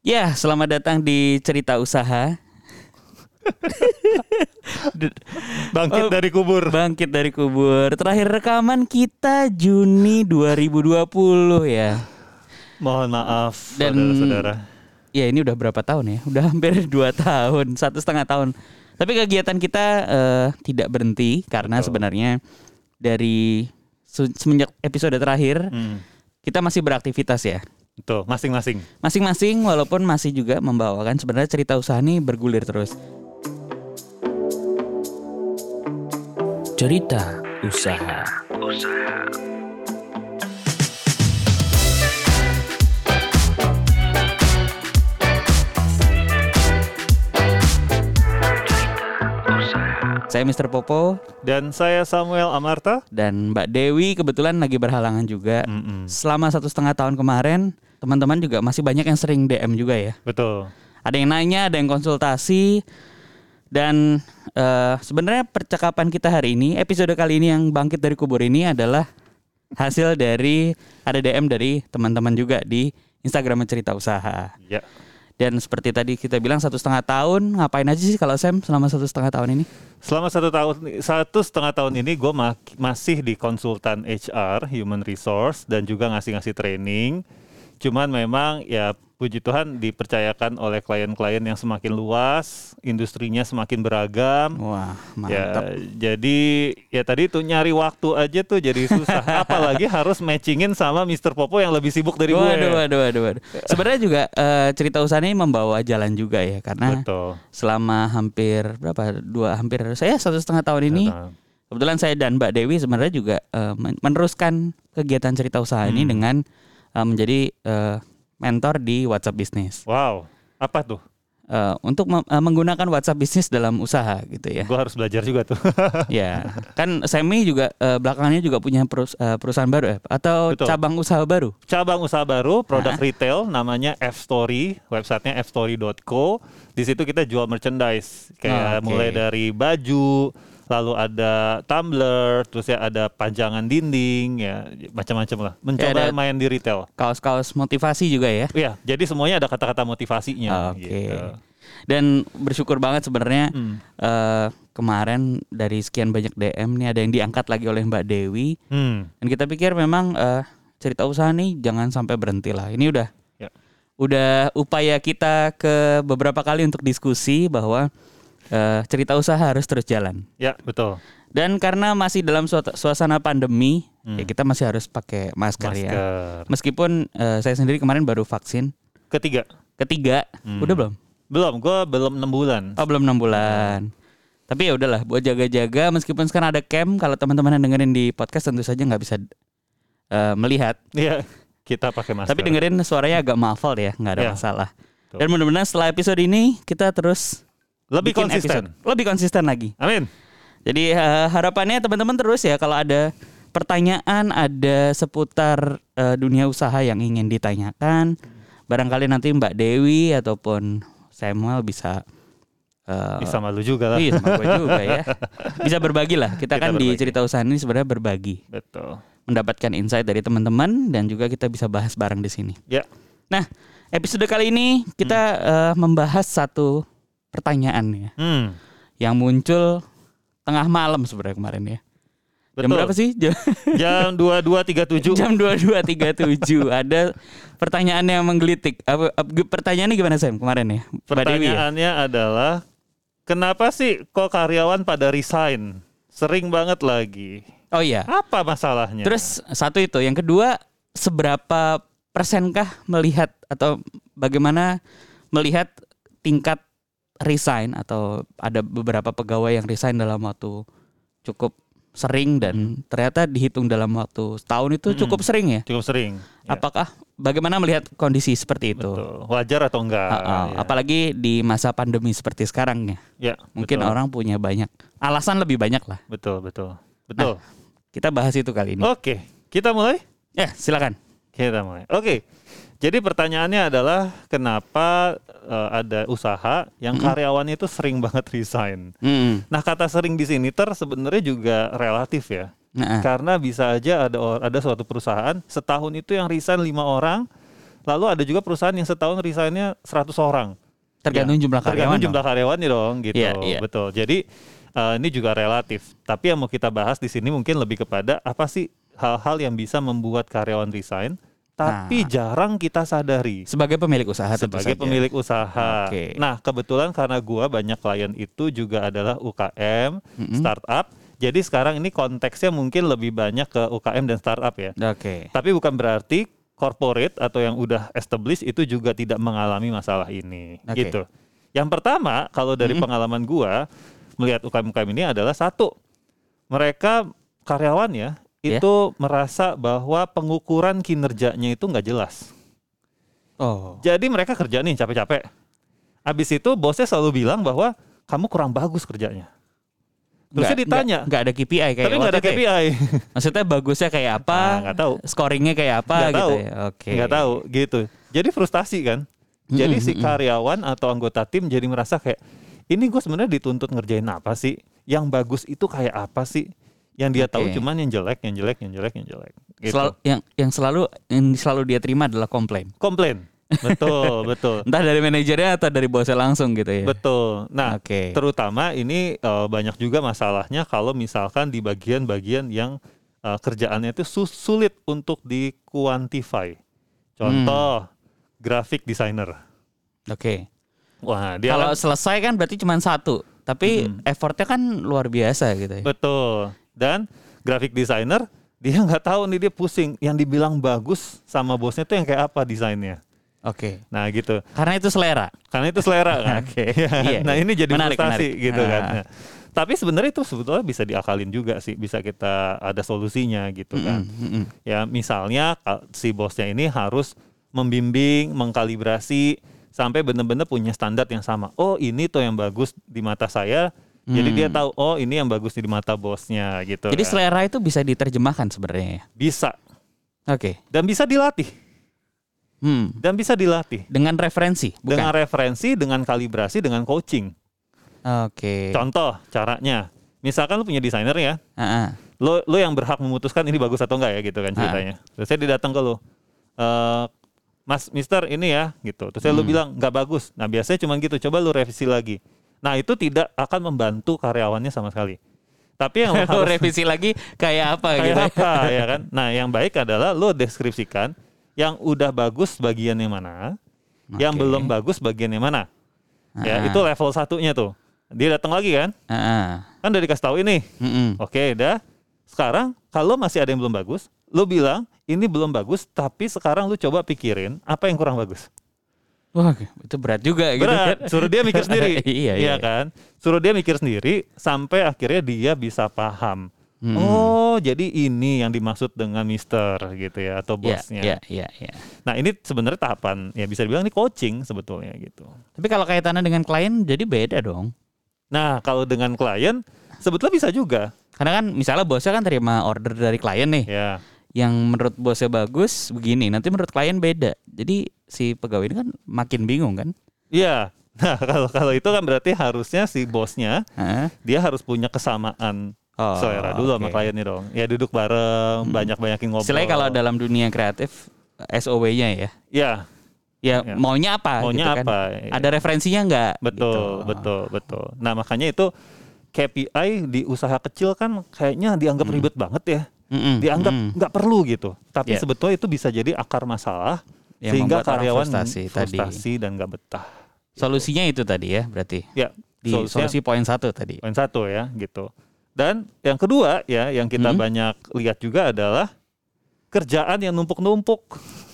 Ya, selamat datang di Cerita Usaha. Bangkit dari kubur. Bangkit dari kubur. Terakhir rekaman kita Juni 2020 ya. Mohon maaf, Dan saudara-saudara. ya ini udah berapa tahun ya? Udah hampir 2 tahun, 1,5 tahun. Tapi kegiatan kita tidak berhenti karena sebenarnya dari semenjak episode terakhir kita masih beraktivitas ya. Betul, masing-masing. Masing-masing walaupun masih juga membawakan sebenarnya cerita usaha ini bergulir terus. Cerita usaha. Saya Mr. Popo Dan saya Samuel Amarta. dan Mbak Dewi kebetulan lagi berhalangan juga. Selama 1,5 tahun kemarin, teman-teman juga masih banyak yang sering DM juga ya. Betul. Ada yang nanya, ada yang konsultasi. Dan sebenarnya percakapan kita hari ini, episode kali ini yang bangkit dari kubur ini adalah hasil dari ada DM dari teman-teman juga di Instagram Cerita Usaha. Ya. Dan seperti tadi kita bilang 1,5 tahun, ngapain aja sih kalau Sam selama 1,5 tahun ini? Selama 1,5 tahun ini gue masih di konsultan HR, Human Resource, dan juga ngasih training. Cuman memang ya puji Tuhan dipercayakan oleh klien-klien yang semakin luas, industrinya semakin beragam. Wah, mantap. Ya, jadi ya tadi tuh nyari waktu aja tuh jadi susah. Apalagi harus matchingin sama Mr. Popo yang lebih sibuk dari gue. Waduh. Sebenarnya juga cerita usaha ini membawa jalan juga ya, karena Betul. selama hampir saya 1,5 tahun ini, kebetulan saya dan Mbak Dewi sebenarnya juga meneruskan kegiatan cerita usaha ini dengan menjadi mentor di WhatsApp Business. Wow, apa tuh? Untuk menggunakan WhatsApp Business dalam usaha gitu ya. Gue harus belajar juga tuh. Ya, kan Semi juga belakangannya juga punya perusahaan baru ya? Atau Betul. cabang usaha baru? Cabang usaha baru, produk retail, namanya F-Story, websitenya fstory.co. Di situ kita jual merchandise, kayak mulai dari baju, lalu ada tumbler, terus ya ada pajangan dinding, ya macam-macam lah. Mencoba main di retail. Kaos-kaos motivasi juga ya? Iya, jadi semuanya ada kata-kata motivasinya. Oke. Gitu. Dan bersyukur banget sebenarnya kemarin dari sekian banyak DM nih ada yang diangkat lagi oleh Mbak Dewi. Dan kita pikir memang cerita usaha nih jangan sampai berhenti lah. Ini udah upaya kita ke beberapa kali untuk diskusi bahwa cerita usaha harus terus jalan. Ya, betul. Dan karena masih dalam suasana pandemi, ya kita masih harus pakai masker ya. Meskipun saya sendiri kemarin baru vaksin. Ketiga. Udah belum? Belum, gue belum 6 bulan. Oh, belum 6 bulan. Tapi ya udahlah, buat jaga-jaga. Meskipun sekarang ada cam, kalau teman-teman yang dengerin di podcast tentu saja nggak bisa melihat. Iya, kita pakai masker. Tapi dengerin suaranya agak muffled ya, nggak ada masalah. Dan mudah-mudahan setelah episode ini kita terus lebih konsisten lagi. Amin. Jadi harapannya teman-teman terus ya, kalau ada pertanyaan, ada seputar dunia usaha yang ingin ditanyakan, barangkali nanti Mbak Dewi ataupun Samuel bisa malu juga lah. Iya, sama gue juga ya. Bisa berbagi lah. Kita kan berbagi. Di cerita usaha ini sebenarnya berbagi. Betul. Mendapatkan insight dari teman-teman dan juga kita bisa bahas bareng di sini. Ya. Nah, episode kali ini kita membahas satu pertanyaan ya. Yang muncul tengah malam sebenarnya kemarin ya. Betul. Jam berapa sih? Jam 22.37. Jam 22.37. Ada pertanyaan yang menggelitik. Pertanyaannya gimana Sam kemarin ya? Pertanyaannya adalah kenapa sih kok karyawan pada resign? Sering banget lagi. Oh iya. Apa masalahnya? Terus satu itu, yang kedua, seberapa persenkah melihat atau bagaimana melihat tingkat resign atau ada beberapa pegawai yang resign dalam waktu cukup sering dan ternyata dihitung dalam waktu setahun itu cukup sering ya? Cukup sering. Ya. Apakah bagaimana melihat kondisi seperti itu? Betul. Wajar atau enggak? Ya. Apalagi di masa pandemi seperti sekarang ya. Ya, mungkin orang punya banyak alasan, lebih banyak lah. Betul. Nah, kita bahas itu kali ini. Oke, kita mulai? Ya, silakan. Kita mulai. Oke. Jadi pertanyaannya adalah kenapa ada usaha yang karyawannya itu sering banget resign. Nah, kata sering di sini sebenarnya juga relatif ya. Karena bisa aja ada suatu perusahaan setahun itu yang resign 5 orang, Lalu ada juga perusahaan yang setahun resign-nya 100 orang. Tergantung jumlah karyawan. Tergantung jumlah karyawannya dong gitu. Iya. Betul. Jadi ini juga relatif. Tapi yang mau kita bahas di sini mungkin lebih kepada apa sih hal-hal yang bisa membuat karyawan resign tapi jarang kita sadari. Sebagai pemilik usaha Sebagai pemilik usaha. Okay. Nah, kebetulan karena gua banyak klien itu juga adalah UKM, startup. Jadi sekarang ini konteksnya mungkin lebih banyak ke UKM dan startup ya. Oke. Tapi bukan berarti corporate atau yang udah established itu juga tidak mengalami masalah ini. Gitu. Yang pertama, kalau dari pengalaman gua melihat UKM-UKM ini adalah satu, mereka karyawannya itu merasa bahwa pengukuran kinerjanya itu nggak jelas. Jadi mereka kerja nih capek-capek. Abis itu bosnya selalu bilang bahwa kamu kurang bagus kerjanya. Terusnya ditanya. Nggak ada KPI kayak tapi nggak ada KPI. Maksudnya bagusnya kayak apa? Nggak tahu. Scoringnya kayak apa nggak gitu tahu. ya? Oke. Nggak tahu gitu. Jadi frustasi kan. Jadi si karyawan atau anggota tim jadi merasa kayak, ini gue sebenarnya dituntut ngerjain apa sih? Yang bagus itu kayak apa sih? Yang dia tahu cuman yang jelek. Gitu. Yang selalu dia terima adalah komplain. Betul. Entah dari manajernya atau dari bosnya langsung gitu ya. Betul. Nah, terutama ini banyak juga masalahnya kalau misalkan di bagian-bagian yang kerjaannya itu sulit untuk dikuantify. Contoh, graphic designer. Wah, dia kalau selesai kan berarti cuma satu, tapi effortnya kan luar biasa gitu ya. Betul. Dan graphic designer dia nggak tahu nih, dia pusing. Yang dibilang bagus sama bosnya tuh yang kayak apa desainnya. Nah gitu. Karena itu selera kan. Nah ini jadi frustasi gitu kan. Nah, tapi sebenarnya itu sebetulnya bisa diakalin juga sih, bisa kita ada solusinya gitu kan. Ya misalnya si bosnya ini harus membimbing, mengkalibrasi sampai benar-benar punya standar yang sama. Oh ini tuh yang bagus di mata saya. Jadi dia tahu, oh ini yang bagus di mata bosnya gitu. Jadi selera itu bisa diterjemahkan sebenarnya. Bisa. Dan bisa dilatih. Dengan referensi, bukan? Dengan referensi, dengan kalibrasi, dengan coaching. Contoh caranya, misalkan lu punya desainer ya, lo yang berhak memutuskan ini bagus atau enggak ya gitu kan ceritanya. Terus saya datang ke lo, Mas, Mister ini ya gitu. Terus saya lu bilang nggak bagus. Nah biasanya cuma gitu. Coba lu revisi lagi. Nah itu tidak akan membantu karyawannya sama sekali. Tapi yang harus revisi lagi kayak apa gitu? Kayak apa ya kan? Nah yang baik adalah lo deskripsikan yang udah bagus bagian yang mana, yang belum bagus bagian yang mana. Ya itu level satunya tuh. Dia datang lagi kan? Kan udah dikasih tahu ini. Dah. Sekarang kalau masih ada yang belum bagus, lo bilang ini belum bagus, tapi sekarang lo coba pikirin apa yang kurang bagus. Wah, itu berat juga gitu kan. Suruh dia mikir sendiri. Iya kan? Suruh dia mikir sendiri sampai akhirnya dia bisa paham. Oh, jadi ini yang dimaksud dengan Mister gitu ya, atau bosnya. Iya. Nah, ini sebenarnya tahapan ya bisa dibilang ini coaching sebetulnya gitu. Tapi kalau kaitannya dengan klien jadi beda dong. Nah, kalau dengan klien sebetulnya bisa juga. Karena kan misalnya bosnya kan terima order dari klien nih. Yang menurut bosnya bagus begini, nanti menurut klien beda. Jadi si pegawai ini kan makin bingung kan? Iya. Nah kalau itu kan berarti harusnya si bosnya dia harus punya kesamaan selera dulu sama kliennya dong. Ya duduk bareng, banyak-banyakin ngobrol. Istilahnya kalau dalam dunia kreatif SOW-nya ya. Iya. Ya maunya apa? Maunya gitu apa? Kan? Ada referensinya nggak? Betul, gitu. betul. Nah makanya itu KPI di usaha kecil kan kayaknya dianggap ribet banget ya. Dianggap nggak perlu gitu, tapi sebetulnya itu bisa jadi akar masalah yang sehingga karyawan frustasi dan nggak betah. Solusinya itu tadi ya berarti. Ya, solusi poin 1 tadi. Poin 1 ya gitu. Dan yang kedua ya yang kita banyak lihat juga adalah kerjaan yang numpuk-numpuk.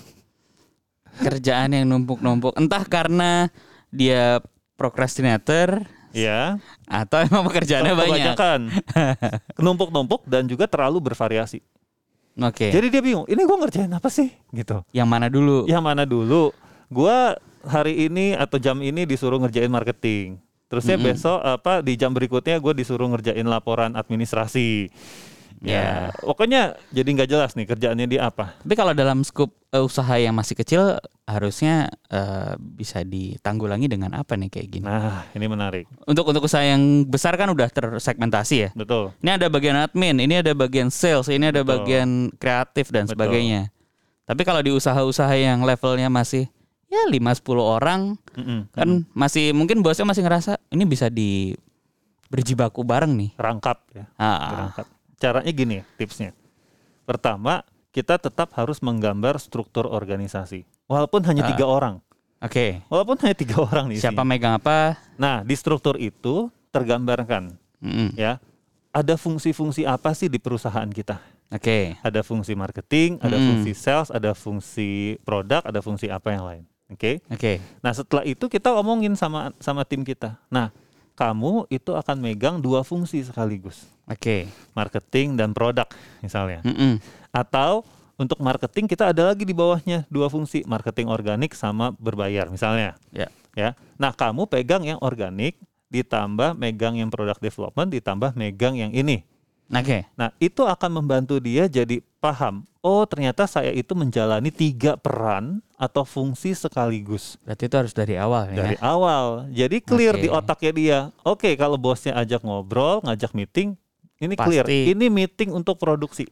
Kerjaan yang numpuk-numpuk, entah karena dia procrastinator. Ya. Atau emang pekerjaannya banyak. Numpuk-numpuk dan juga terlalu bervariasi. Jadi dia bingung, ini gue ngerjain apa sih? Gitu. Yang mana dulu? Gue hari ini atau jam ini disuruh ngerjain marketing. Terusnya besok di jam berikutnya gue disuruh ngerjain laporan administrasi. Ya, pokoknya jadi nggak jelas nih kerjaannya dia apa. Tapi kalau dalam skup usaha yang masih kecil harusnya bisa ditanggulangi dengan apa nih kayak gini? Nah, ini menarik. Untuk usaha yang besar kan udah tersegmentasi ya. Betul. Ini ada bagian admin, ini ada bagian sales, ini ada bagian kreatif dan sebagainya. Tapi kalau di usaha-usaha yang levelnya masih ya 5-10 orang kan masih mungkin bosnya masih ngerasa ini bisa berjibaku bareng nih. Rangkap ya. Rangkap. Caranya gini tipsnya. Pertama, kita tetap harus menggambar struktur organisasi. Walaupun hanya 3 orang. Oke. Walaupun hanya 3 orang nih. Siapa megang apa? Nah, di struktur itu tergambarkan ya. Ada fungsi-fungsi apa sih di perusahaan kita? Oke. Ada fungsi marketing, ada fungsi sales, ada fungsi produk, ada fungsi apa yang lain. Oke. Nah, setelah itu kita omongin sama tim kita. Nah, kamu itu akan megang 2 fungsi sekaligus. Marketing dan produk misalnya. Atau untuk marketing kita ada lagi di bawahnya 2 fungsi, marketing organik sama berbayar misalnya. Ya. Nah, kamu pegang yang organik, ditambah megang yang product development, ditambah megang yang ini. Nah, itu akan membantu dia jadi paham. Oh, ternyata saya itu menjalani 3 peran atau fungsi sekaligus. Berarti itu harus dari awal ya? Dari awal. Jadi clear di otaknya dia. Oke, kalau bosnya ajak ngobrol, ngajak meeting, ini pasti clear. Ini meeting untuk produksi.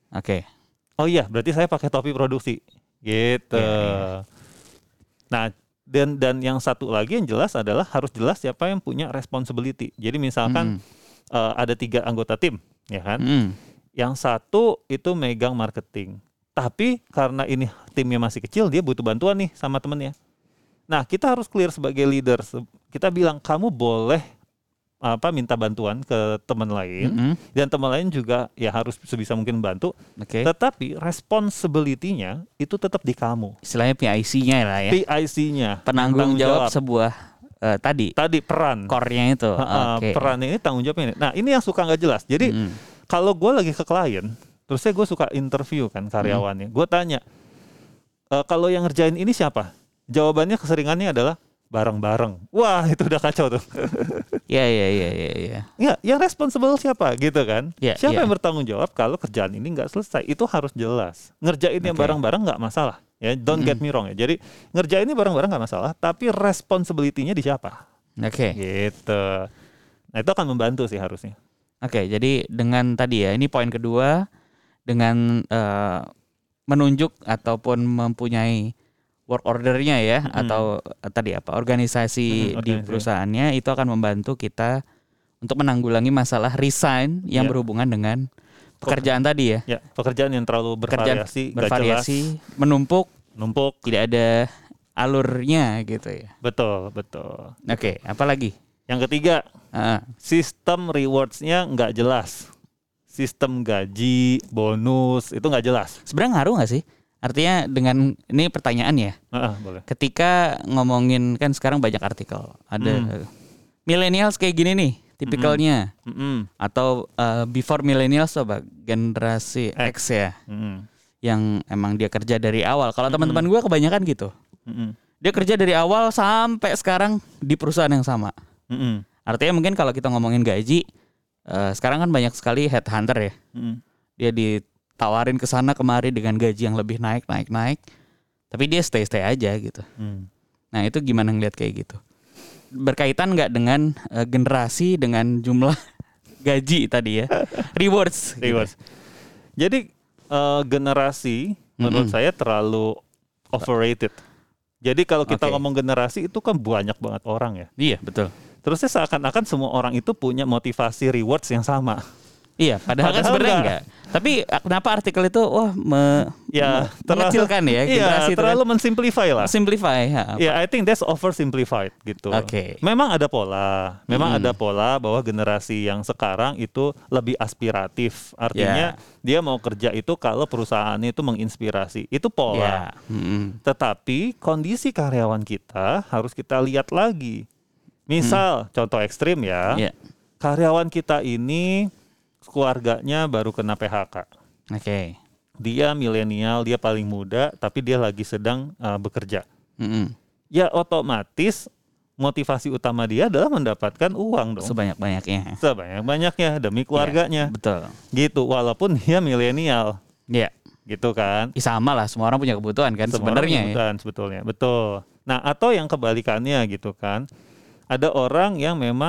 Oh iya, berarti saya pakai topi produksi. Gitu. Nah, dan yang satu lagi yang jelas adalah harus jelas siapa yang punya responsibility. Jadi misalkan ada 3 anggota tim, ya kan? Yang satu itu megang marketing. Tapi karena ini timnya masih kecil, dia butuh bantuan nih sama temennya. Nah, kita harus clear sebagai leader. Kita bilang kamu boleh minta bantuan ke teman lain, dan teman lain juga ya harus sebisa mungkin bantu. Tetapi responsibility-nya itu tetap di kamu. Istilahnya PIC-nya lah ya. PIC-nya. Penanggung jawab sebuah tadi peran. Core-nya itu. Perannya ini tanggung jawabnya ini. Nah, ini yang suka nggak jelas. Jadi kalau gue lagi ke klien, terusnya gue suka interview kan karyawannya. Gue tanya, kalau yang ngerjain ini siapa? Jawabannya keseringannya adalah bareng-bareng. Wah, itu udah kacau tuh. Iya. Ya, yang responsible siapa gitu kan? Siapa yang bertanggung jawab kalau kerjaan ini nggak selesai? Itu harus jelas. Ngerjain yang bareng-bareng nggak masalah. Ya, don't get me wrong ya. Jadi ngerjain ini bareng-bareng nggak masalah, tapi responsibility-nya di siapa? Gitu. Nah, itu akan membantu sih harusnya. Jadi dengan tadi ya, ini poin kedua, dengan menunjuk ataupun mempunyai work ordernya ya, atau tadi organisasi di perusahaannya, itu akan membantu kita untuk menanggulangi masalah resign yang berhubungan dengan pekerjaan tadi ya. Pekerjaan yang terlalu bervariasi, menumpuk, tidak ada alurnya gitu ya. Betul. Apa lagi? Yang ketiga, sistem rewards-nya nggak jelas. Sistem gaji, bonus itu nggak jelas. Sebenarnya ngaruh nggak sih? Artinya dengan ini pertanyaan ya. Boleh. Ketika ngomongin kan sekarang banyak artikel, ada millennials kayak gini nih, tipikalnya, atau before millennials apa generasi X ya, yang emang dia kerja dari awal. Kalau teman-teman gue kebanyakan gitu, dia kerja dari awal sampai sekarang di perusahaan yang sama. Artinya mungkin kalau kita ngomongin gaji, sekarang kan banyak sekali headhunter ya, dia ditawarin ke sana kemari dengan gaji yang lebih naik, tapi dia stay aja gitu. Nah, itu gimana ngeliat kayak gitu? Berkaitan nggak dengan generasi, dengan jumlah gaji tadi ya, rewards. Gitu. Jadi generasi menurut saya terlalu overrated. Jadi kalau kita ngomong generasi itu kan banyak banget orang ya. Iya, betul. Terusnya seakan-akan semua orang itu punya motivasi rewards yang sama. Iya, padahal kan sebenarnya enggak. Tapi kenapa artikel itu mengecilkan ya generasi itu terlalu mensimplify lah. Simplify. I think that's oversimplified gitu. Memang ada pola, bahwa generasi yang sekarang itu lebih aspiratif. Artinya dia mau kerja itu kalau perusahaannya itu menginspirasi. Itu pola. Tetapi kondisi karyawan kita harus kita lihat lagi. Misal contoh ekstrim ya. Karyawan kita ini keluarganya baru kena PHK. Dia milenial, dia paling muda, tapi dia lagi sedang bekerja. Ya otomatis motivasi utama dia adalah mendapatkan uang dong. Sebanyak-banyaknya demi keluarganya. Betul. Gitu, walaupun dia milenial. Gitu kan. Sama lah, semua orang punya kebutuhan kan sebenarnya. Sebetulnya, betul. Nah, atau yang kebalikannya gitu kan. Ada orang yang memang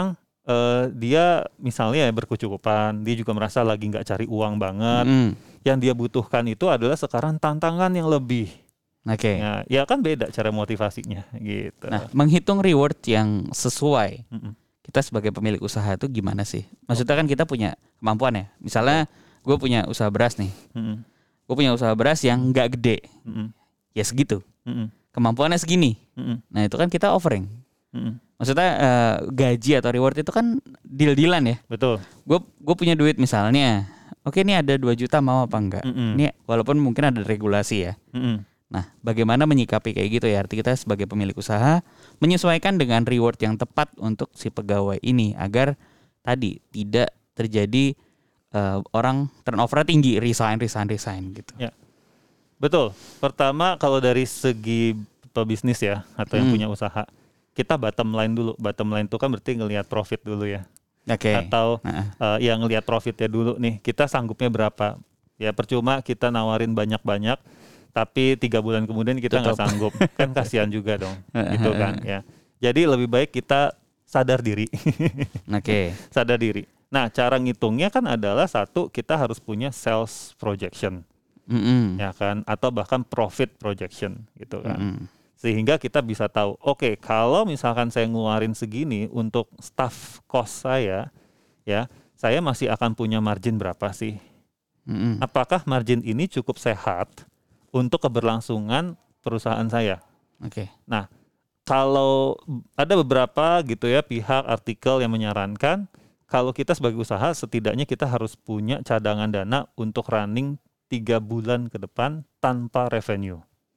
dia misalnya berkecukupan, dia juga merasa lagi nggak cari uang banget. Yang dia butuhkan itu adalah sekarang tantangan yang lebih. Oke. Ya kan beda cara motivasinya gitu. Nah, menghitung reward yang sesuai. Kita sebagai pemilik usaha itu gimana sih? Maksudnya kan kita punya kemampuan ya. Misalnya gue punya usaha beras nih. Gue punya usaha beras yang nggak gede. Ya segitu. Kemampuannya segini. Nah itu kan kita offering. Maksudnya gaji atau reward itu kan deal-dealan ya. Betul. Gue punya duit misalnya. Oke, ini ada 2 juta, mau apa enggak? Ini walaupun mungkin ada regulasi ya. Nah, bagaimana menyikapi kayak gitu ya? Arti kita sebagai pemilik usaha menyesuaikan dengan reward yang tepat untuk si pegawai ini agar tadi tidak terjadi orang turnover tinggi, resign gitu. Ya. Betul. Pertama kalau dari segi pebisnis ya atau yang punya usaha, kita bottom line dulu. Bottom line itu kan berarti ngelihat profit dulu ya. Oke. Atau yang ngelihat profitnya dulu nih, kita sanggupnya berapa? Ya percuma kita nawarin banyak-banyak tapi 3 bulan kemudian kita nggak sanggup, kan kasihan juga dong, gitu kan ya. Jadi lebih baik kita sadar diri. Oke. Sadar diri. Nah cara ngitungnya kan adalah satu, kita harus punya sales projection, ya kan, atau bahkan profit projection, gitu kan. Sehingga kita bisa tahu, oke, kalau misalkan saya ngeluarin segini untuk staff cost saya, ya, saya masih akan punya margin berapa sih? Apakah margin ini cukup sehat untuk keberlangsungan perusahaan saya? Oke. Nah, kalau ada beberapa gitu ya pihak artikel yang menyarankan kalau kita sebagai usaha setidaknya kita harus punya cadangan dana untuk running 3 bulan ke depan tanpa revenue.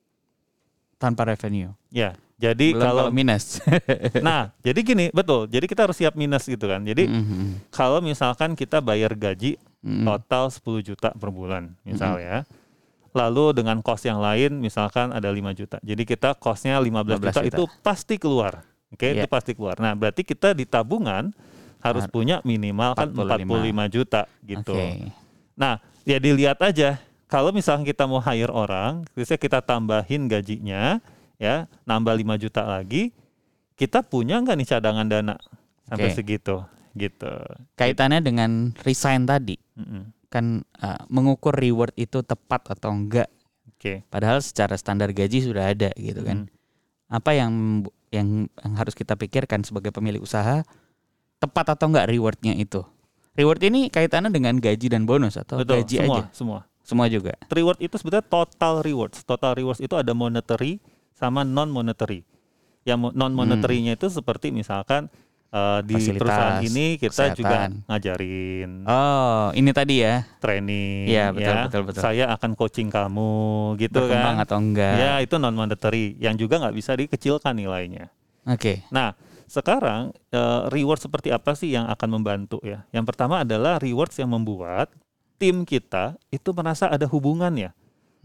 Tanpa revenue. Ya, jadi kalau minus. Nah, jadi gini, betul. Jadi kita harus siap minus gitu kan. Jadi kalau misalkan kita bayar gaji total 10 juta per bulan misalnya. Lalu dengan cost yang lain misalkan ada 5 juta. Jadi kita costnya 15 juta itu pasti keluar. Oke, itu pasti keluar. Nah, berarti kita di tabungan harus punya minimal kan 45 juta gitu. Nah, ya dilihat aja. Kalau misalkan kita mau hire orang, bisa kita tambahin gajinya, ya, nambah 5 juta lagi, kita punya nggak nih cadangan dana sampai segitu, gitu. Kaitannya dengan resign tadi. Kan mengukur reward itu tepat atau enggak. Padahal secara standar gaji sudah ada gitu kan. Apa yang harus kita pikirkan sebagai pemilik usaha, tepat atau enggak rewardnya itu? Reward ini kaitannya dengan gaji dan bonus atau gaji aja? Semua juga. Reward itu sebetulnya total rewards. Total rewards itu ada monetary sama non monetary. Yang non monetary-nya itu seperti misalkan di perusahaan ini kita juga ngajarin. Oh, ini tadi ya. Training. Iya, betul. Saya akan coaching kamu gitu. Berkembang kan. Atau enggak. Ya, itu non monetary yang juga nggak bisa dikecilkan nilainya. Oke. Nah, sekarang reward seperti apa sih yang akan membantu ya? Yang pertama adalah rewards yang membuat tim kita itu merasa ada hubungannya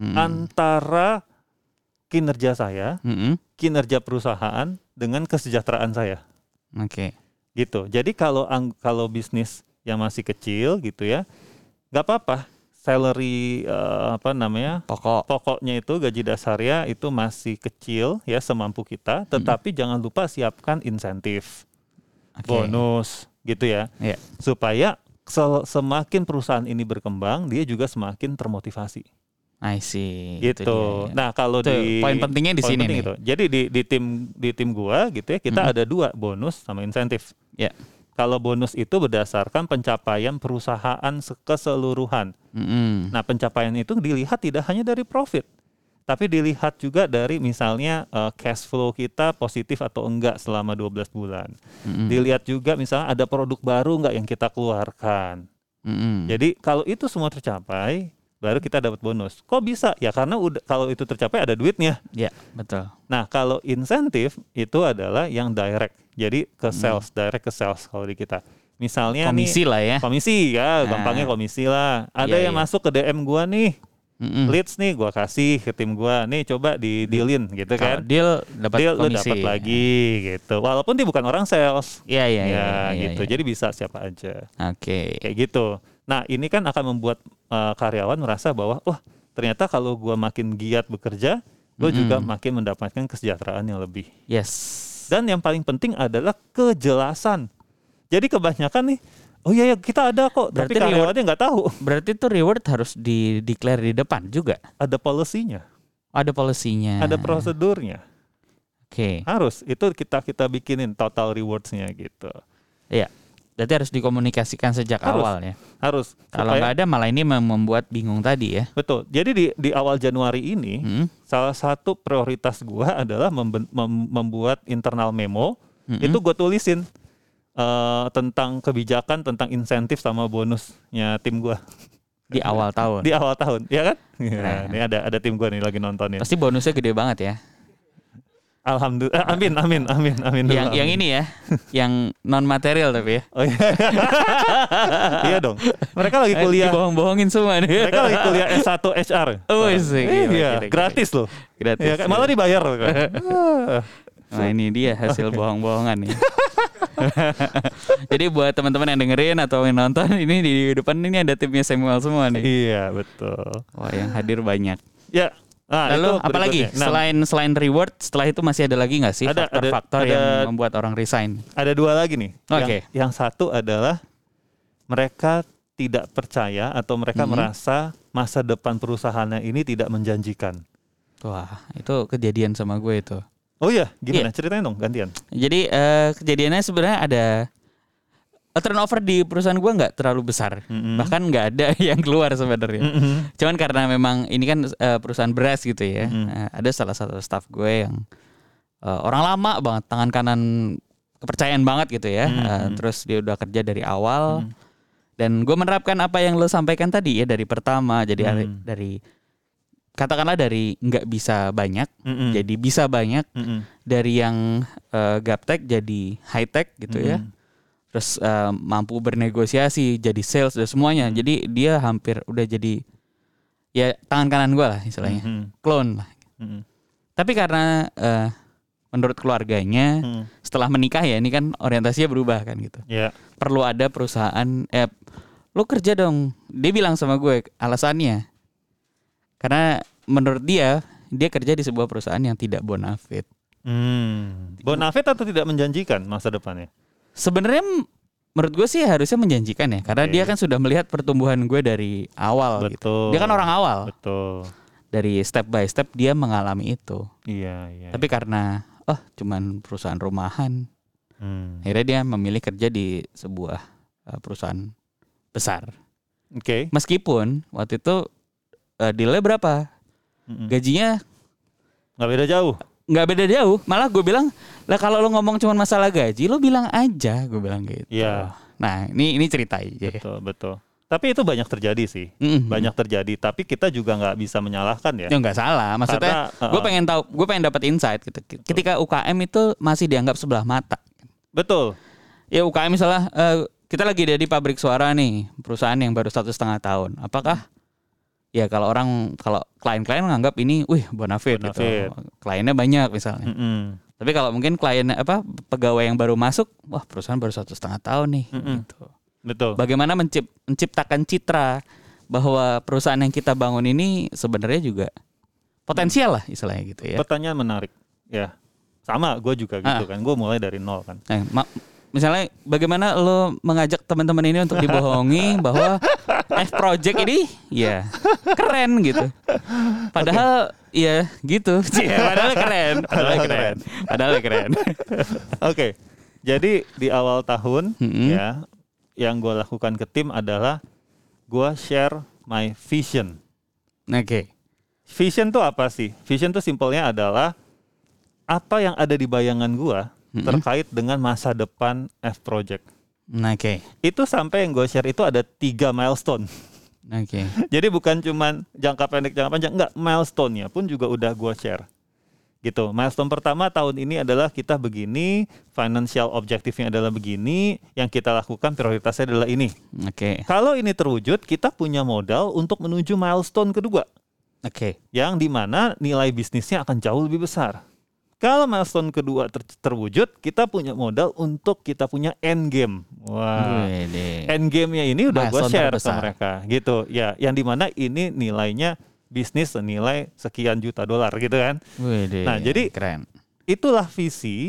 antara kinerja saya, kinerja perusahaan dengan kesejahteraan saya. Oke. Gitu. Jadi kalau bisnis yang masih kecil gitu ya, nggak apa-apa. Salary pokoknya itu gaji dasarnya itu masih kecil ya semampu kita. Tetapi jangan lupa siapkan insentif, bonus gitu ya, supaya semakin perusahaan ini berkembang, dia juga semakin termotivasi. I see. Gitu. Nah, kalau di poin pentingnya di sini nih. Gitu. Jadi di tim gua gitu ya, kita ada 2, bonus sama insentif. Ya. Kalau bonus itu berdasarkan pencapaian perusahaan keseluruhan. Nah, pencapaian itu dilihat tidak hanya dari profit, tapi dilihat juga dari misalnya cash flow kita positif atau enggak selama 12 bulan. Dilihat juga misalnya ada produk baru enggak yang kita keluarkan. Jadi kalau itu semua tercapai, baru kita dapat bonus. Kok bisa? Ya karena kalau itu tercapai ada duitnya. Ya, betul. Nah, kalau insentif itu adalah yang direct. Jadi ke sales, direct ke sales kalau di kita. Misalnya komisi lah ya. Komisi ya, gampangnya komisi lah. Ada yang masuk ke DM gua nih. Leads nih gua kasih ke tim gua. Nih coba di dealin gitu kan. Deal dapat komisi. Lu dapat lagi gitu. Walaupun dia bukan orang sales. Iya, gitu. Jadi bisa siapa aja. Oke. Kayak gitu. Nah, ini kan akan membuat karyawan merasa bahwa wah, ternyata kalau gua makin giat bekerja, gua juga makin mendapatkan kesejahteraan yang lebih. Yes. Dan yang paling penting adalah kejelasan. Jadi kebanyakan nih, oh iya kita ada kok, berarti tapi karyawannya nggak tahu. Berarti tuh reward harus di-declare di depan juga. Ada policy-nya. Ada policy-nya. Ada prosedurnya. Oke. Harus, itu kita bikinin total rewards-nya gitu. Iya. Berarti harus dikomunikasikan sejak awal ya. Harus. Kalau nggak ada malah ini membuat bingung tadi ya. Betul. Jadi di awal Januari ini salah satu prioritas gua adalah membuat internal memo. Itu gue tulisin tentang kebijakan, tentang insentif sama bonusnya tim gua. Di awal tahun. Di awal tahun, ya kan? Ya, ini ada tim gua nih lagi nontonin. Pasti bonusnya gede banget ya. Alhamdulillah, amin. Yang ini ya, yang non material tapi ya. Oh iya. Iya dong. Mereka lagi kuliah. Dibohong-bohongin semua nih. Mereka lagi kuliah S1 HR. Oh iya. Gratis loh. Gratis. Ya, malah dibayar loh kan. Nah ini dia hasil bohong-bohongan nih. Jadi buat teman-teman yang dengerin atau yang nonton, ini di depan ini ada timnya Samuel semua nih. Iya betul. Wah yang hadir banyak. Ya. Nah, lalu apalagi selain reward, setelah itu masih ada lagi nggak sih faktor-faktor yang membuat orang resign? Ada 2 lagi nih. Oke. Yang satu adalah mereka tidak percaya atau mereka merasa masa depan perusahaannya ini tidak menjanjikan. Wah itu kejadian sama gue itu. Oh iya, gimana? Ceritain dong, gantian. Jadi kejadiannya sebenarnya ada turnover di perusahaan gue nggak terlalu besar, bahkan nggak ada yang keluar sebenarnya. Cuman karena memang ini kan perusahaan beras gitu ya, ada salah satu staff gue yang orang lama banget, tangan kanan kepercayaan banget gitu ya. Terus dia udah kerja dari awal, dan gue menerapkan apa yang lo sampaikan tadi ya dari pertama, jadi dari katakanlah dari nggak bisa banyak jadi bisa banyak, dari yang gaptek jadi high tech gitu ya. Terus mampu bernegosiasi jadi sales dan semuanya. Jadi dia hampir udah jadi ya tangan kanan gue lah istilahnya, clone lah. Tapi karena menurut keluarganya setelah menikah ya, ini kan orientasinya berubah kan gitu. Perlu ada perusahaan, lo kerja dong. Dia bilang sama gue alasannya karena menurut dia kerja di sebuah perusahaan yang tidak bonafit. Bonafit atau tidak menjanjikan masa depannya? Sebenarnya menurut gue sih harusnya menjanjikan ya, karena dia kan sudah melihat pertumbuhan gue dari awal. Betul. Gitu. Dia kan orang awal. Betul. Dari step by step dia mengalami itu. Iya. Tapi karena cuman perusahaan rumahan, akhirnya dia memilih kerja di sebuah perusahaan besar. Oke. Meskipun waktu itu dealnya berapa? Gajinya nggak beda jauh, malah gue bilang lah kalau lo ngomong cuma masalah gaji lo bilang aja, gue bilang gitu. Iya. Nah ini cerita aja. Betul. Tapi itu banyak terjadi sih, banyak terjadi. Tapi kita juga nggak bisa menyalahkan ya. Ya nggak salah, maksudnya gue pengen tahu, gue pengen dapat insight gitu. Ketika UKM itu masih dianggap sebelah mata. Betul. Ya UKM misalnya kita lagi di pabrik suara nih, perusahaan yang baru 1,5 tahun. Apakah ya kalau klien-klien menganggap ini, bonafit. Gitu. Kliennya banyak misalnya. Tapi kalau mungkin pegawai yang baru masuk, wah perusahaan baru 1,5 tahun nih. Gitu. Betul. Bagaimana menciptakan citra bahwa perusahaan yang kita bangun ini sebenarnya juga potensial lah istilahnya gitu ya. Pertanyaan menarik. Ya, sama gue juga gitu kan. Gue mulai dari nol kan. Misalnya bagaimana lo mengajak teman-teman ini untuk dibohongi bahwa F-Project ini ya keren gitu. Padahal ya gitu. Padahal keren. Oke. Jadi di awal tahun ya, yang gue lakukan ke tim adalah gue share my vision. Oke. Vision tuh apa sih? Vision tuh simpelnya adalah apa yang ada di bayangan gue terkait dengan masa depan F-Project. Oke. Itu sampai yang gue share itu ada 3 milestone. Oke. Jadi bukan cuman jangka pendek, jangka panjang, enggak, milestone-nya pun juga udah gue share. Gitu. Milestone pertama tahun ini adalah kita begini, financial objektifnya adalah begini, yang kita lakukan prioritasnya adalah ini. Oke. Kalau ini terwujud, kita punya modal untuk menuju milestone kedua. Oke. Yang dimana nilai bisnisnya akan jauh lebih besar. Kalau milestone kedua terwujud, kita punya modal untuk kita punya end game. Wah, end game-nya ini udah gue share ke mereka, gitu. Ya, yang dimana ini nilainya bisnis senilai sekian juta dolar, gitu kan. Wede, nah, jadi keren. Itulah visi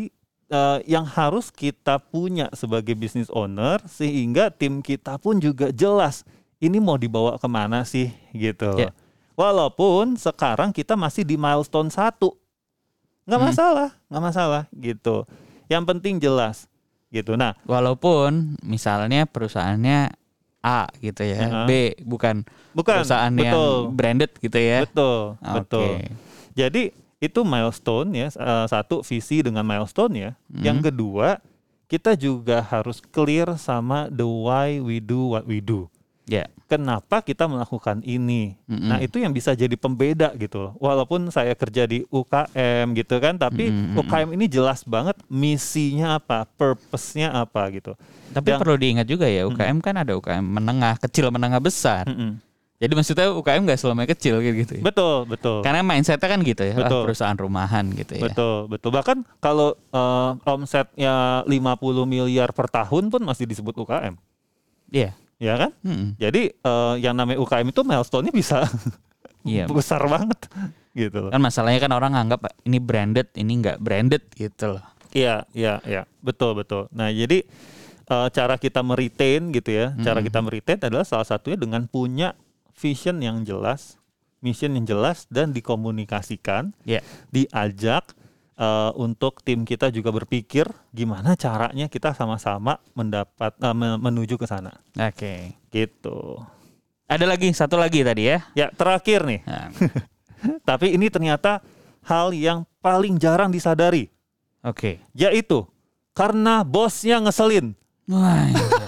yang harus kita punya sebagai business owner sehingga tim kita pun juga jelas ini mau dibawa kemana sih gitu. Yeah. Walaupun sekarang kita masih di milestone 1, nggak masalah gitu. Yang penting jelas gitu. Nah, walaupun misalnya perusahaannya A gitu ya, B bukan perusahaan yang branded gitu ya. Betul. Jadi itu milestone ya, satu visi dengan milestone ya. Yang kedua, kita juga harus clear sama the why we do what we do. Ya. Yeah. Kenapa kita melakukan ini? Nah, itu yang bisa jadi pembeda gitu. Walaupun saya kerja di UKM gitu kan, tapi UKM ini jelas banget misinya apa, purpose-nya apa gitu. Tapi perlu diingat juga ya, UKM kan ada UKM menengah, kecil, menengah, besar. Jadi maksudnya UKM nggak selamanya kecil gitu ya. Betul. Karena mindsetnya kan gitu ya, perusahaan rumahan gitu ya. Betul. Bahkan kalau omsetnya 50 miliar per tahun pun masih disebut UKM. Iya. Ya kan? Jadi yang namanya UKM itu milestone-nya bisa besar banget gitu loh. Kan masalahnya kan orang anggap ini branded, ini nggak branded gitu loh. Iya. Betul. Nah, jadi cara kita meretain gitu ya. Cara kita meretain adalah salah satunya dengan punya vision yang jelas, mission yang jelas dan dikomunikasikan, diajak untuk tim kita juga berpikir gimana caranya kita sama-sama menuju ke sana. Oke. Gitu. Ada satu lagi tadi ya? Ya, terakhir nih. Nah. Tapi ini ternyata hal yang paling jarang disadari. Oke. Yaitu karena bosnya ngeselin. Wah.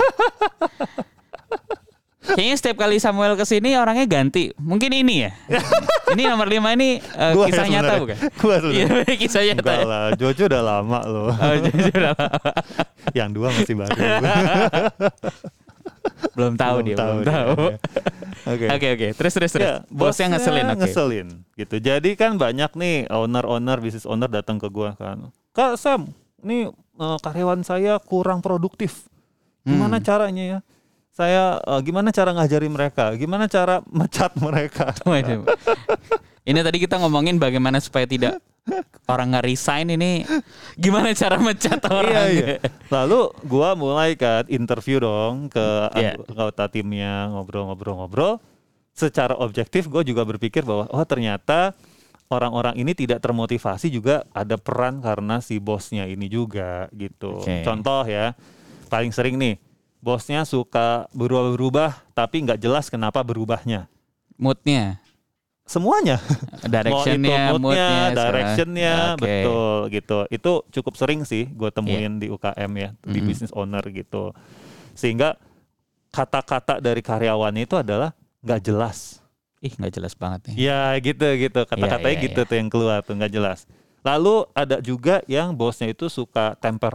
Kayaknya setiap kali Samuel kesini orangnya ganti. Mungkin ini ya. Ini nomor 5 ini kisah nyata bukan? Gua iya, kisah nyata. Enggak lah, Jojo udah lama loh. Jojo udah lama. Yang 2 masih baru. belum tahu. Oke. Terus. Ya, bosnya ngeselin gitu. Jadi kan banyak nih business owner datang ke gua kan. Kak Sam, nih karyawan saya kurang produktif. Gimana caranya ya? Saya gimana cara ngajari mereka? Gimana cara mecat mereka? Ini tadi kita ngomongin bagaimana supaya tidak orang nggak resign, ini gimana cara mecat orang? Iya. Lalu gua mulai kan interview dong ke anggota timnya, ngobrol. Secara objektif gue juga berpikir bahwa ternyata orang-orang ini tidak termotivasi juga ada peran karena si bosnya ini juga gitu. Okay. Contoh ya, paling sering nih. Bosnya suka berubah-berubah tapi nggak jelas kenapa berubahnya. Moodnya? Semuanya. Directionnya, moodnya, directionnya, betul gitu. Itu cukup sering sih gue temuin di UKM ya, di business owner gitu. Sehingga kata-kata dari karyawannya itu adalah nggak jelas. Nggak jelas banget nih. Ya gitu. Kata-katanya gitu tuh yang keluar tuh nggak jelas. Lalu ada juga yang bosnya itu suka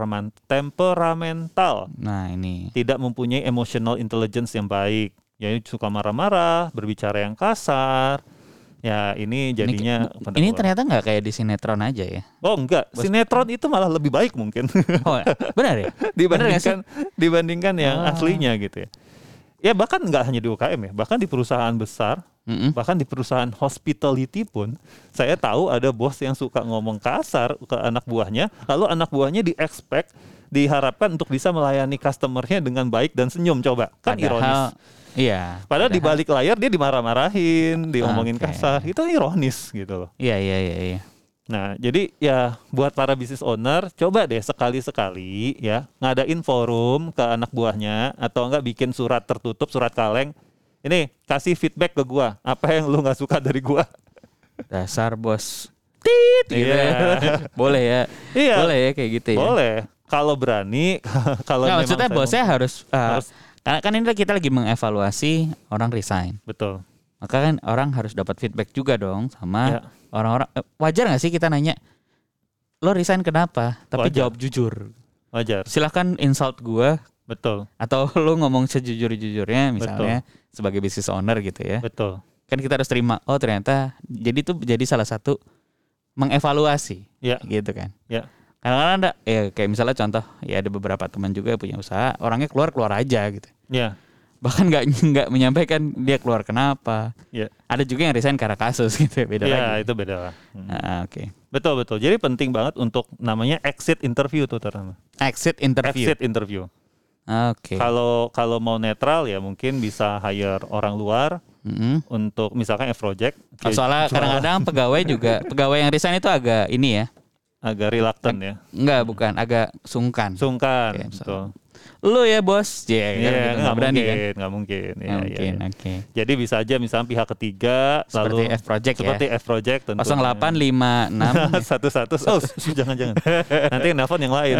temperamental. Nah ini. Tidak mempunyai emotional intelligence yang baik. Jadi suka marah-marah, berbicara yang kasar. Ya ini jadinya. Ini ternyata nggak kayak di sinetron aja ya? Oh enggak, sinetron itu malah lebih baik mungkin. Oh benar ya? dibandingkan yang aslinya gitu ya. Ya bahkan nggak hanya di UKM ya, bahkan di perusahaan besar, bahkan di perusahaan hospitality pun, saya tahu ada bos yang suka ngomong kasar ke anak buahnya, lalu anak buahnya diharapkan untuk bisa melayani customer-nya dengan baik dan senyum. Coba, kan ironis. Iya. Padahal di balik layar dia dimarah-marahin, diomongin kasar, itu ironis gitu loh. Iya. Nah, jadi ya buat para business owner, coba deh sekali-sekali ya ngadain forum ke anak buahnya atau enggak bikin surat tertutup, surat kaleng. Ini kasih feedback ke gua, apa yang lu nggak suka dari gua? Dasar bos. Tit gitu. Boleh ya. Iya. Boleh ya kayak gitu ya. Boleh. Kalau berani, kalau memang maksudnya bosnya harus karena kan ini kita lagi mengevaluasi orang resign. Betul. Maka kan orang harus dapat feedback juga dong sama orang-orang. Wajar nggak sih kita nanya, lo resign kenapa? Tapi jawab jujur. Wajar. Silahkan insult gue. Betul. Atau lo ngomong sejujur-jujurnya misalnya sebagai business owner gitu ya. Betul. Kan kita harus terima. Oh ternyata jadi itu jadi salah satu mengevaluasi. Gitu kan. Ya. Kadang-kadang ada kayak misalnya contoh ya ada beberapa teman juga yang punya usaha, orangnya keluar aja gitu. Iya. bahkan nggak menyampaikan dia keluar kenapa. Yeah. Ada juga yang resign karena kasus gitu, beda lagi. Ya itu beda lah. Oke. Betul. Jadi penting banget untuk namanya exit interview tuh terutama. Exit interview. Oke. Kalau mau netral ya mungkin bisa hire orang luar untuk misalkan F-Project. Soalnya kadang-kadang pegawai yang resign itu agak ini ya. Agak reluctant ya. Enggak, bukan, agak sungkan. Okay, betul. Lu ya bos, nggak berani kan? Nggak mungkin. Oke. Jadi bisa aja misalnya pihak ketiga, seperti lalu F-Project seperti ya. F-Project tentunya. 0856 11. Oh, jangan. Nanti nelfon yang lain.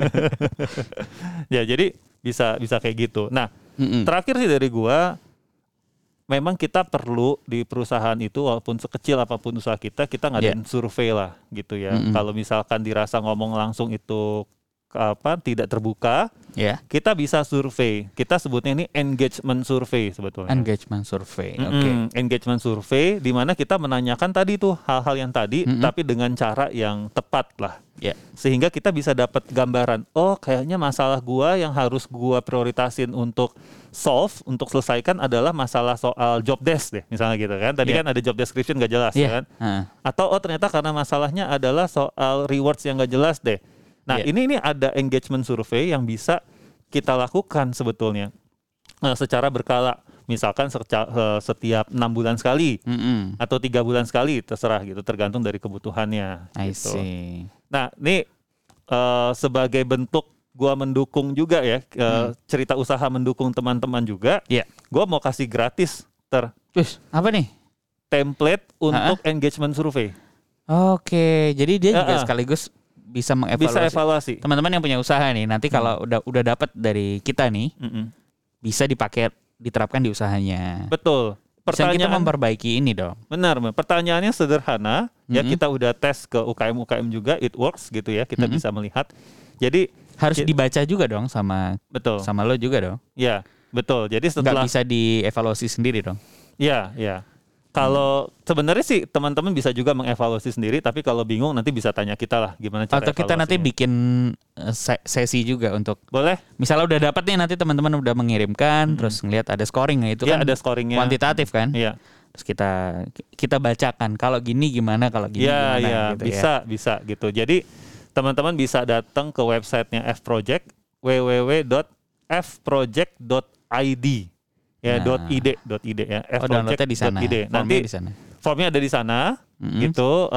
Ya, jadi bisa kayak gitu. Nah, terakhir sih dari gua, memang kita perlu di perusahaan itu walaupun sekecil apapun usaha kita ngadain survei lah gitu ya. Kalau misalkan dirasa ngomong langsung itu tidak terbuka, kita bisa survei. Kita sebutnya ini engagement survey sebetulnya. Engagement survey, oke. Engagement survey di mana kita menanyakan tadi tuh hal-hal yang tadi, tapi dengan cara yang tepat lah. Sehingga kita bisa dapat gambaran. Oh, kayaknya masalah gua yang harus gua prioritasin untuk solve, untuk selesaikan adalah masalah soal job desk deh, misalnya gitu kan. Tadi kan ada job description gak jelas kan. Atau ternyata karena masalahnya adalah soal rewards yang gak jelas deh. Nah, ini ada engagement survey yang bisa kita lakukan sebetulnya secara berkala. Misalkan setiap 6 bulan sekali atau 3 bulan sekali, terserah gitu, tergantung dari kebutuhannya. I gitu. see. Nah, ini sebagai bentuk gua mendukung juga ya, cerita usaha mendukung teman-teman juga. Gua mau kasih gratis apa nih? Template untuk engagement survey. Oke, jadi dia juga sekaligus bisa mengevaluasi. Teman-teman yang punya usaha nih, nanti kalau udah dapat dari kita nih, bisa diterapkan di usahanya. Betul. Bisa kita memperbaiki ini dong. Benar. Pertanyaannya sederhana, ya kita udah tes ke UKM juga, it works gitu ya, kita bisa melihat. Jadi harus dibaca juga dong sama lo juga dong. Ya, betul. Jadi setelah nggak bisa dievaluasi sendiri dong. Ya. Kalau sebenarnya sih teman-teman bisa juga mengevaluasi sendiri, tapi kalau bingung nanti bisa tanya kita lah gimana cara. Atau kita nanti bikin sesi juga untuk. Boleh. Misalnya udah dapat nih, nanti teman-teman udah mengirimkan, terus ngelihat ada scoringnya itu kan. Ada scoringnya. Kuantitatif kan. Iya. Terus kita bacakan kalau gini gimana, kalau gini gimana. Gitu bisa gitu. Jadi teman-teman bisa datang ke websitenya F-Project, www.fproject.id. Ya, .id ya. Downloadnya di sana. Nanti formnya ada di sana, gitu.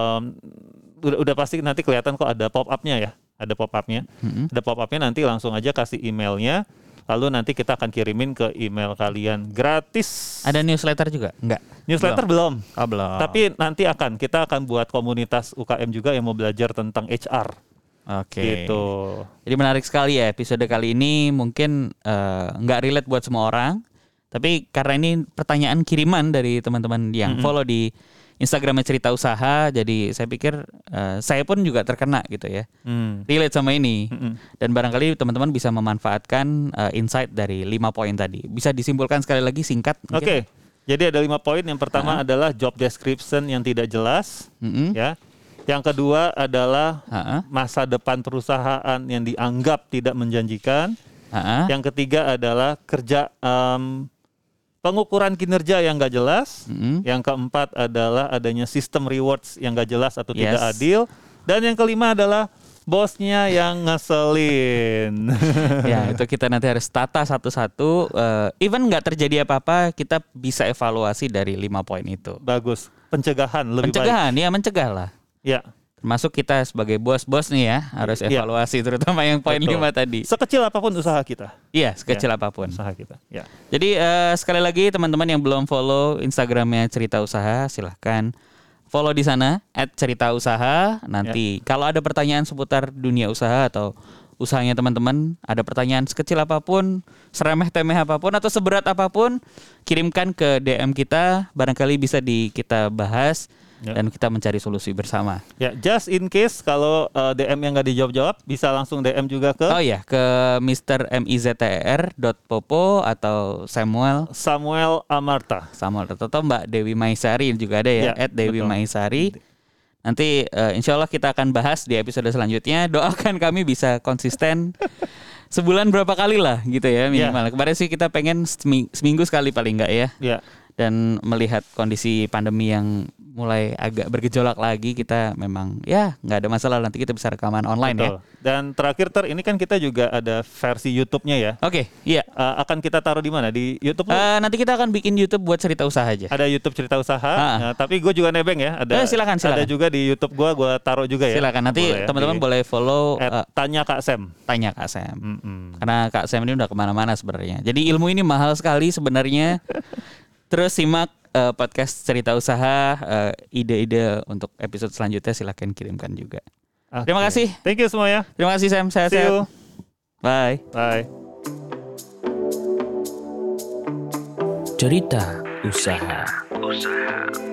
Udah pasti nanti kelihatan kok ada pop-up-nya ya. Ada pop-up-nya. Ada pop-up-nya, nanti langsung aja kasih emailnya. Lalu nanti kita akan kirimin ke email kalian gratis. Ada newsletter juga? Enggak. Newsletter belum. Belum. Tapi nanti kita akan buat komunitas UKM juga yang mau belajar tentang HR. Oke. Gitu. Jadi menarik sekali ya episode kali ini, mungkin nggak relate buat semua orang, tapi karena ini pertanyaan kiriman dari teman-teman yang follow di Instagramnya Cerita Usaha, jadi saya pikir saya pun juga terkena gitu ya, relate sama ini, dan barangkali teman-teman bisa memanfaatkan insight dari 5 poin tadi. Bisa disimpulkan sekali lagi singkat? Oke. Jadi ada 5 poin. Yang pertama adalah job description yang tidak jelas, ya. Yang kedua adalah masa depan perusahaan yang dianggap tidak menjanjikan. Yang ketiga adalah pengukuran kinerja yang nggak jelas. Yang keempat adalah adanya sistem rewards yang nggak jelas atau tidak adil. Dan yang kelima adalah bosnya yang ngeselin. Ya, itu kita nanti harus tata satu-satu. Even nggak terjadi apa-apa, kita bisa evaluasi dari 5 poin itu. Bagus. Pencegahan lebih baik. Ya mencegah lah. Ya. Termasuk kita sebagai bos-bos nih ya, harus evaluasi terutama yang poin 5 tadi. Sekecil apapun usaha kita. Iya, sekecil apapun usaha kita. Ya. Jadi sekali lagi teman-teman yang belum follow Instagramnya Cerita Usaha, silahkan follow di sana @ceritausaha. Nanti kalau ada pertanyaan seputar dunia usaha atau usahanya teman-teman, ada pertanyaan sekecil apapun, seremeh-temeh apapun atau seberat apapun, kirimkan ke DM kita, barangkali bisa kita bahas. Dan kita mencari solusi bersama. Ya, just in case kalau DM yang nggak dijawab-jawab, bisa langsung DM juga ke ke Mr. MIZTER.popo atau Samuel Amarta atau Mbak Dewi Maisari juga ada ya, @Dewi Maisari. Nanti insya Allah kita akan bahas di episode selanjutnya. Doakan kami bisa konsisten sebulan berapa kali lah gitu ya minimal. Kemarin sih kita pengen seminggu sekali paling enggak ya. Iya. Dan melihat kondisi pandemi yang mulai agak bergejolak lagi, kita memang ya nggak ada masalah, nanti kita bisa rekaman online. Betul. Ya. Dan terakhir ini kan kita juga ada versi YouTube-nya ya. Oke, iya. Akan kita taruh di mana? Di YouTube? Nanti kita akan bikin YouTube buat cerita usaha aja. Ada YouTube cerita usaha. Nah, tapi gue juga nebeng ya. Ada. Silakan. Ada juga di YouTube gue taruh juga ya. Silakan. Nanti teman-teman boleh follow. Tanya Kak Sam. Tanya Kak Sam. Karena Kak Sam ini udah kemana-mana sebenarnya. Jadi ilmu ini mahal sekali sebenarnya. Terus simak podcast cerita usaha, ide-ide untuk episode selanjutnya silahkan kirimkan juga. Okay. Terima kasih. Thank you semuanya. Terima kasih Sam. Sehat-sehat. Bye. Bye. Cerita usaha.